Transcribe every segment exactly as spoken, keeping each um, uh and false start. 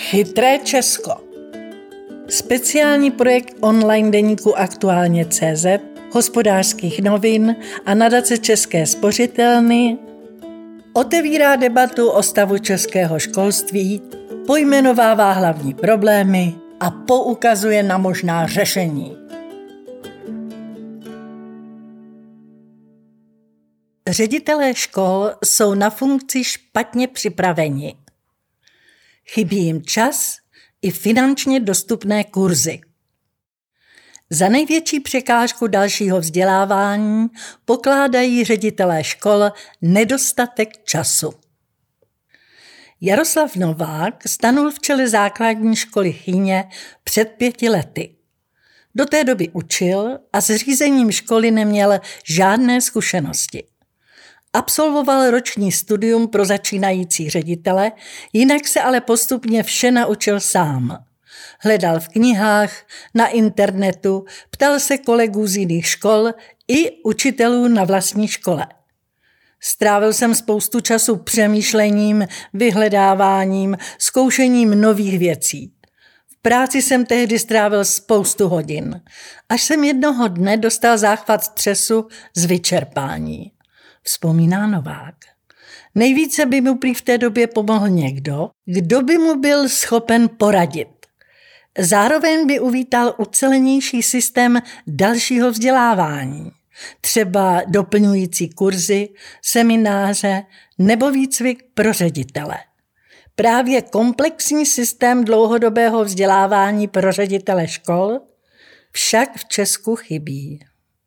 Chytré Česko. Speciální projekt online deníku Aktuálně tečka cé zet, Hospodářských novin a nadace České spořitelny otevírá debatu o stavu českého školství, pojmenovává hlavní problémy a poukazuje na možná řešení. Ředitelé škol jsou na funkci špatně připraveni. Chybí jim čas i finančně dostupné kurzy. Za největší překážku dalšího vzdělávání pokládají ředitelé škol nedostatek času. Jaroslav Novák stanul v čele základní školy Chýně před pěti lety. Do té doby učil a s řízením školy neměl žádné zkušenosti. Absolvoval roční studium pro začínající ředitele, jinak se ale postupně vše naučil sám. Hledal v knihách, na internetu, ptal se kolegů z jiných škol i učitelů na vlastní škole. Strávil jsem spoustu času přemýšlením, vyhledáváním, zkoušením nových věcí. V práci jsem tehdy strávil spoustu hodin, až jsem jednoho dne dostal záchvat střesu z vyčerpání. Vzpomíná Novák. Nejvíce by mu prý v té době pomohl někdo, kdo by mu byl schopen poradit. Zároveň by uvítal ucelenější systém dalšího vzdělávání, třeba doplňující kurzy, semináře nebo výcvik pro ředitele. Právě komplexní systém dlouhodobého vzdělávání pro ředitele škol však v Česku chybí.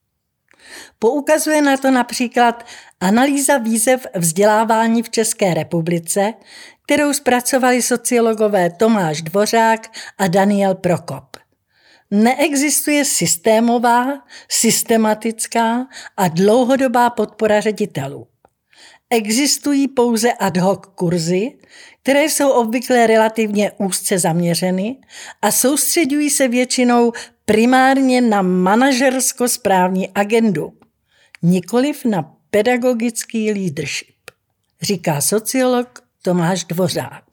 Poukazuje na to například analýza výzev vzdělávání v České republice, kterou zpracovali sociologové Tomáš Dvořák a Daniel Prokop. Neexistuje systémová, systematická a dlouhodobá podpora ředitelů. Existují pouze ad hoc kurzy, které jsou obvykle relativně úzce zaměřeny a soustředují se většinou primárně na manažersko-správní agendu, nikoliv na pedagogický leadership, říká sociolog Tomáš Dvořák.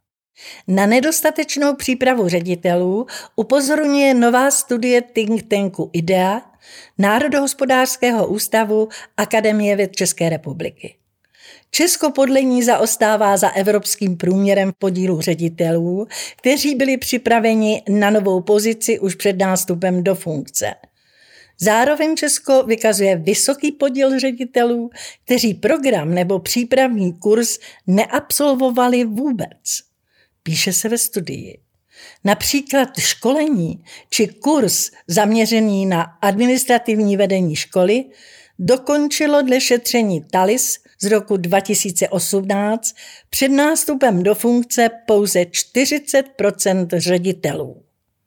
Na nedostatečnou přípravu ředitelů upozorňuje nová studie think tanku IDEA, Národohospodářského ústavu Akademie věd České republiky. Česko podle ní zaostává za evropským průměrem podílu ředitelů, kteří byli připraveni na novou pozici už před nástupem do funkce. Zároveň Česko vykazuje vysoký podíl ředitelů, kteří program nebo přípravný kurz neabsolvovali vůbec. Píše se ve studii. Například školení či kurz zaměřený na administrativní vedení školy dokončilo dle šetření Talis z roku dva tisíce osmnáct před nástupem do funkce pouze čtyřicet procent ředitelů.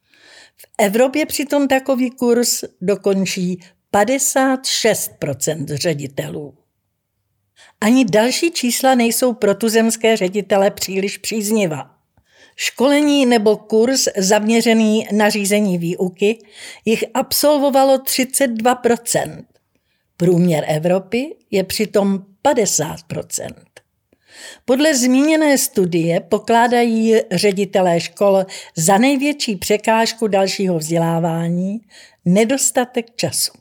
V Evropě přitom takový kurz dokončí padesát šest procent ředitelů. Ani další čísla nejsou pro tuzemské ředitele příliš příznivá. Školení nebo kurz zaměřený na řízení výuky jich absolvovalo třicet dva procent. Průměr Evropy je přitom padesát procent. Podle zmíněné studie pokládají ředitelé škol za největší překážku dalšího vzdělávání nedostatek času.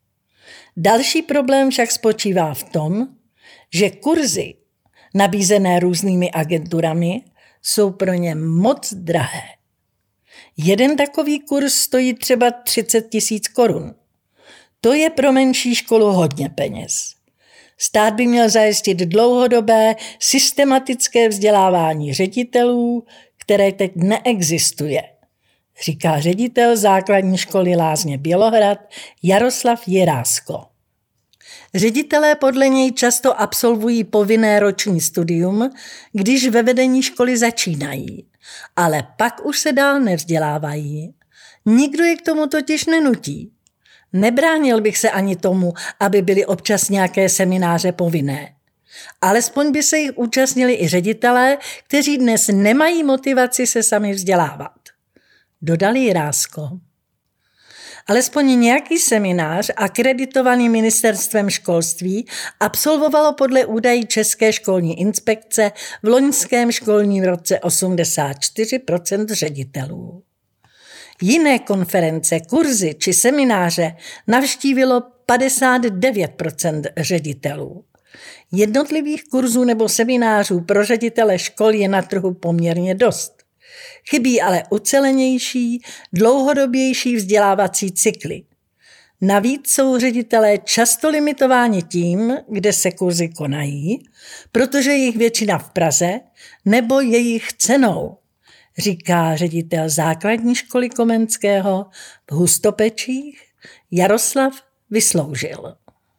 Další problém však spočívá v tom, že kurzy nabízené různými agenturami jsou pro ně moc drahé. Jeden takový kurz stojí třeba třicet tisíc korun. To je pro menší školu hodně peněz. Stát by měl zajistit dlouhodobé, systematické vzdělávání ředitelů, které teď neexistuje, říká ředitel základní školy Lázně Bělohrad Jaroslav Jirásko. Ředitelé podle něj často absolvují povinné roční studium, když ve vedení školy začínají, ale pak už se dál nevzdělávají. Nikdo je k tomu totiž nenutí. Nebránil bych se ani tomu, aby byly občas nějaké semináře povinné. Alespoň by se jich účastnili i ředitelé, kteří dnes nemají motivaci se sami vzdělávat. Dodal Jirásko. Alespoň nějaký seminář akreditovaný ministerstvem školství absolvovalo podle údajů České školní inspekce v loňském školním roce osmdesát čtyři procent ředitelů. Jiné konference, kurzy či semináře navštívilo padesát devět procent ředitelů. Jednotlivých kurzů nebo seminářů pro ředitele škol je na trhu poměrně dost. Chybí ale ucelenější, dlouhodobější vzdělávací cykly. Navíc jsou ředitelé často limitováni tím, kde se kurzy konají, protože je jich většina v Praze nebo jejich cenou, říká ředitel základní školy Komenského v Hustopečích Jaroslav Vysloužil.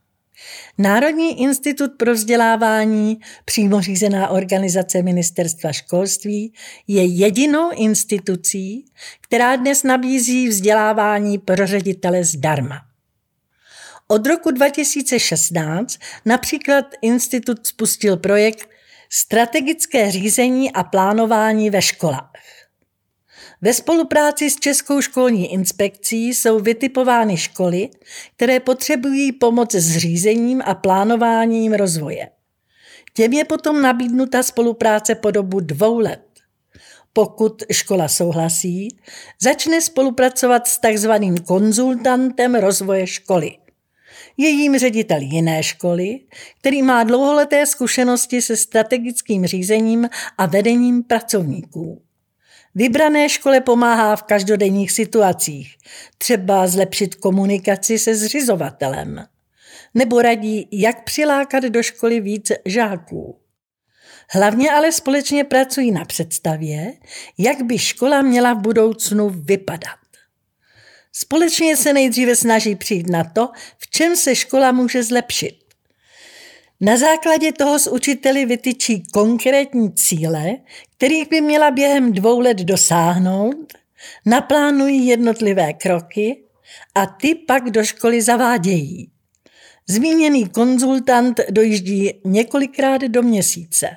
Národní institut pro vzdělávání, přímo řízená organizace Ministerstva školství, je jedinou institucí, která dnes nabízí vzdělávání pro ředitele zdarma. Od roku dva tisíce šestnáct například institut spustil projekt Strategické řízení a plánování ve školách. Ve spolupráci s Českou školní inspekcí jsou vytipovány školy, které potřebují pomoc s řízením a plánováním rozvoje. Těm je potom nabídnuta spolupráce po dobu dvou let. Pokud škola souhlasí, začne spolupracovat s takzvaným konzultantem rozvoje školy. Je jím ředitel jiné školy, který má dlouholeté zkušenosti se strategickým řízením a vedením pracovníků. Vybrané škole pomáhá v každodenních situacích, třeba zlepšit komunikaci se zřizovatelem, nebo radí, jak přilákat do školy víc žáků. Hlavně ale společně pracují na představě, jak by škola měla v budoucnu vypadat. Společně se nejdříve snaží přijít na to, v čem se škola může zlepšit. Na základě toho s učiteli vytyčí konkrétní cíle, kterých by měla během dvou let dosáhnout, naplánují jednotlivé kroky a ty pak do školy zavádějí. Zmíněný konzultant dojíždí několikrát do měsíce.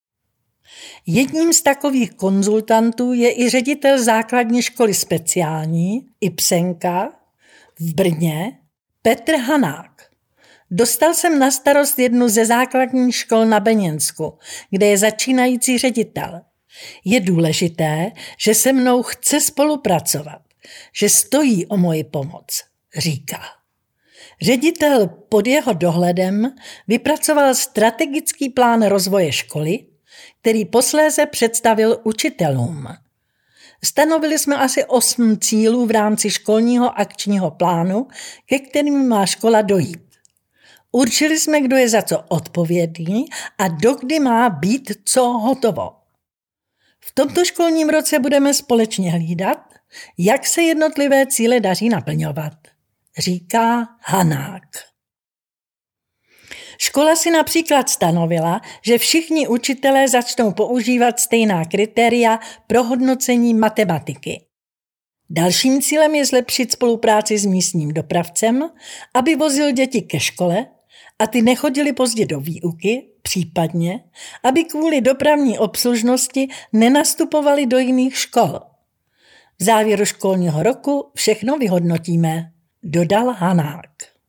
Jedním z takových konzultantů je i ředitel základní školy speciální, Ipsenka, v Brně, Petr Hanák. Dostal jsem na starost jednu ze základních škol na Beněnsku, kde je začínající ředitel. Je důležité, že se mnou chce spolupracovat, že stojí o moji pomoc, říká. Ředitel pod jeho dohledem vypracoval strategický plán rozvoje školy, který posléze představil učitelům. Stanovili jsme asi osm cílů v rámci školního akčního plánu, ke kterým má škola dojít. Určili jsme, kdo je za co odpovědný a dokdy má být co hotovo. V tomto školním roce budeme společně hlídat, jak se jednotlivé cíle daří naplňovat, říká Hanák. Škola si například stanovila, že všichni učitelé začnou používat stejná kritéria pro hodnocení matematiky. Dalším cílem je zlepšit spolupráci s místním dopravcem, aby vozil děti ke škole a ty nechodili pozdě do výuky, případně, aby kvůli dopravní obslužnosti nenastupovali do jiných škol. V závěru školního roku všechno vyhodnotíme, dodal Hanák.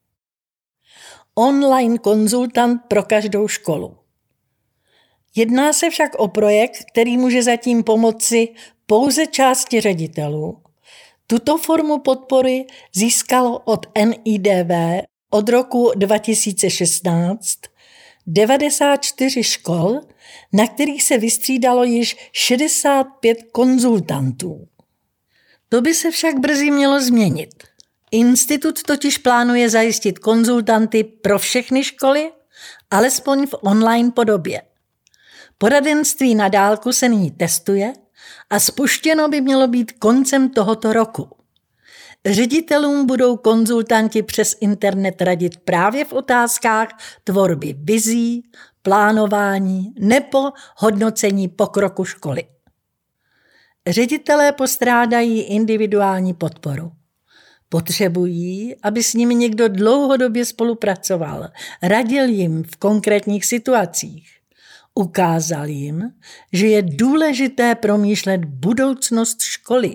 Online konzultant pro každou školu. Jedná se však o projekt, který může zatím pomoci pouze části ředitelů. Tuto formu podpory získalo od N I D V od roku dva tisíce šestnáct devadesát čtyři škol, na kterých se vystřídalo již šedesát pět konzultantů. To by se však brzy mělo změnit. Institut totiž plánuje zajistit konzultanty pro všechny školy, alespoň v online podobě. Poradenství na dálku se nyní testuje a spuštěno by mělo být koncem tohoto roku. Ředitelům budou konzultanti přes internet radit právě v otázkách tvorby vizí, plánování nebo hodnocení pokroku školy. Ředitelé postrádají individuální podporu. Potřebují, aby s nimi někdo dlouhodobě spolupracoval, radil jim v konkrétních situacích. Ukázal jim, že je důležité promýšlet budoucnost školy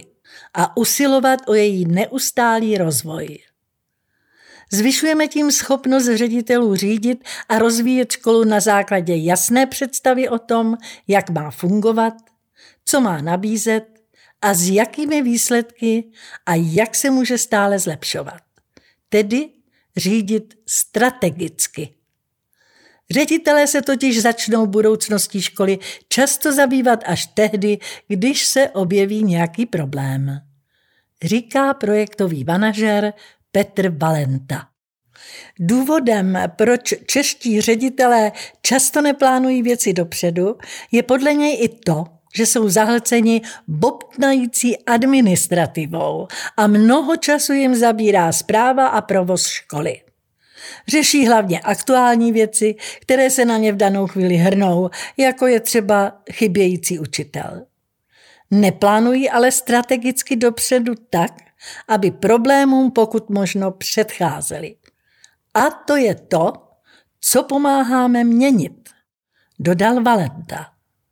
a usilovat o její neustálý rozvoj. Zvyšujeme tím schopnost ředitelů řídit a rozvíjet školu na základě jasné představy o tom, jak má fungovat, co má nabízet a s jakými výsledky a jak se může stále zlepšovat. Tedy řídit strategicky. Ředitelé se totiž začnou budoucností školy často zabývat až tehdy, když se objeví nějaký problém, říká projektový manažer Petr Valenta. Důvodem, proč čeští ředitelé často neplánují věci dopředu, je podle něj i to, že jsou zahlceni bobtnající administrativou a mnoho času jim zabírá správa a provoz školy. Řeší hlavně aktuální věci, které se na ně v danou chvíli hrnou, jako je třeba chybějící učitel. Neplánují ale strategicky dopředu tak, aby problémům pokud možno předcházeli. A to je to, co pomáháme měnit, dodal Valenta.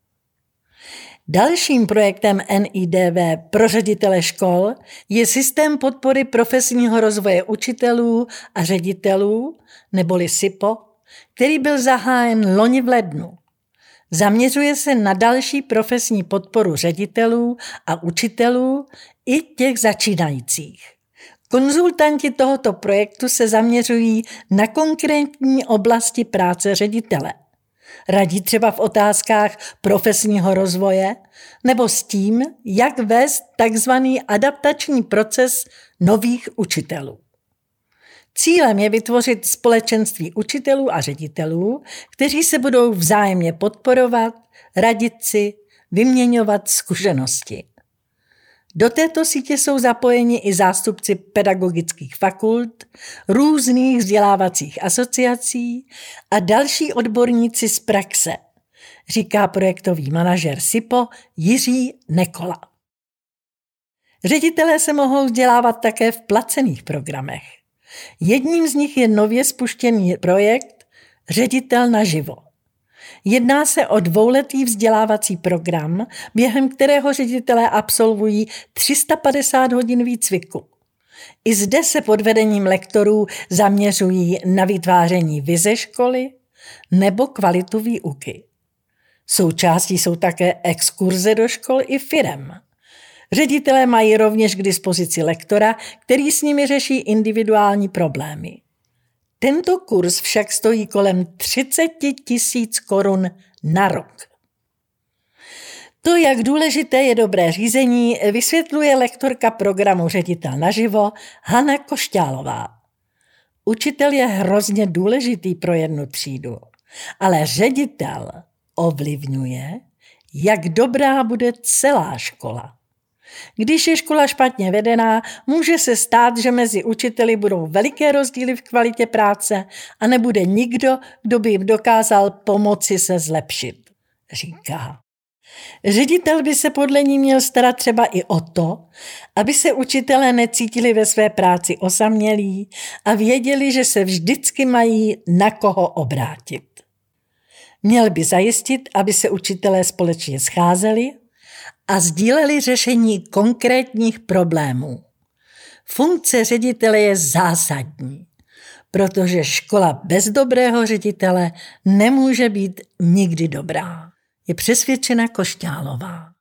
Dalším projektem N I D V pro ředitele škol je systém podpory profesního rozvoje učitelů a ředitelů, neboli S I P O, který byl zahájen loni v lednu. Zaměřuje se na další profesní podporu ředitelů a učitelů i těch začínajících. Konzultanti tohoto projektu se zaměřují na konkrétní oblasti práce ředitele. Radí třeba v otázkách profesního rozvoje nebo s tím, jak vést takzvaný adaptační proces nových učitelů. Cílem je vytvořit společenství učitelů a ředitelů, kteří se budou vzájemně podporovat, radit si, vyměňovat zkušenosti. Do této sítě jsou zapojeni i zástupci pedagogických fakult, různých vzdělávacích asociací a další odborníci z praxe, říká projektový manažer S I P O Jiří Nekola. Ředitelé se mohou vzdělávat také v placených programech. Jedním z nich je nově spuštěný projekt Ředitel naživo. Jedná se o dvouletý vzdělávací program, během kterého ředitelé absolvují tři sta padesát hodin výcviku. I zde se pod vedením lektorů zaměřují na vytváření vize školy nebo kvalitu výuky. Součástí jsou také exkurze do škol i firem. Ředitelé mají rovněž k dispozici lektora, který s nimi řeší individuální problémy. Tento kurz však stojí kolem třicet tisíc korun na rok. To, jak důležité je dobré řízení, vysvětluje lektorka programu Ředitel naživo Hana Košťálová. Učitel je hrozně důležitý pro jednu třídu, ale ředitel ovlivňuje, jak dobrá bude celá škola. Když je škola špatně vedená, může se stát, že mezi učiteli budou veliké rozdíly v kvalitě práce a nebude nikdo, kdo by jim dokázal pomoci se zlepšit, říká. Ředitel by se podle ní měl starat třeba i o to, aby se učitelé necítili ve své práci osamělí a věděli, že se vždycky mají na koho obrátit. Měl by zajistit, aby se učitelé společně scházeli a sdíleli řešení konkrétních problémů. Funkce ředitele je zásadní, protože škola bez dobrého ředitele nemůže být nikdy dobrá, je přesvědčena Košťálová.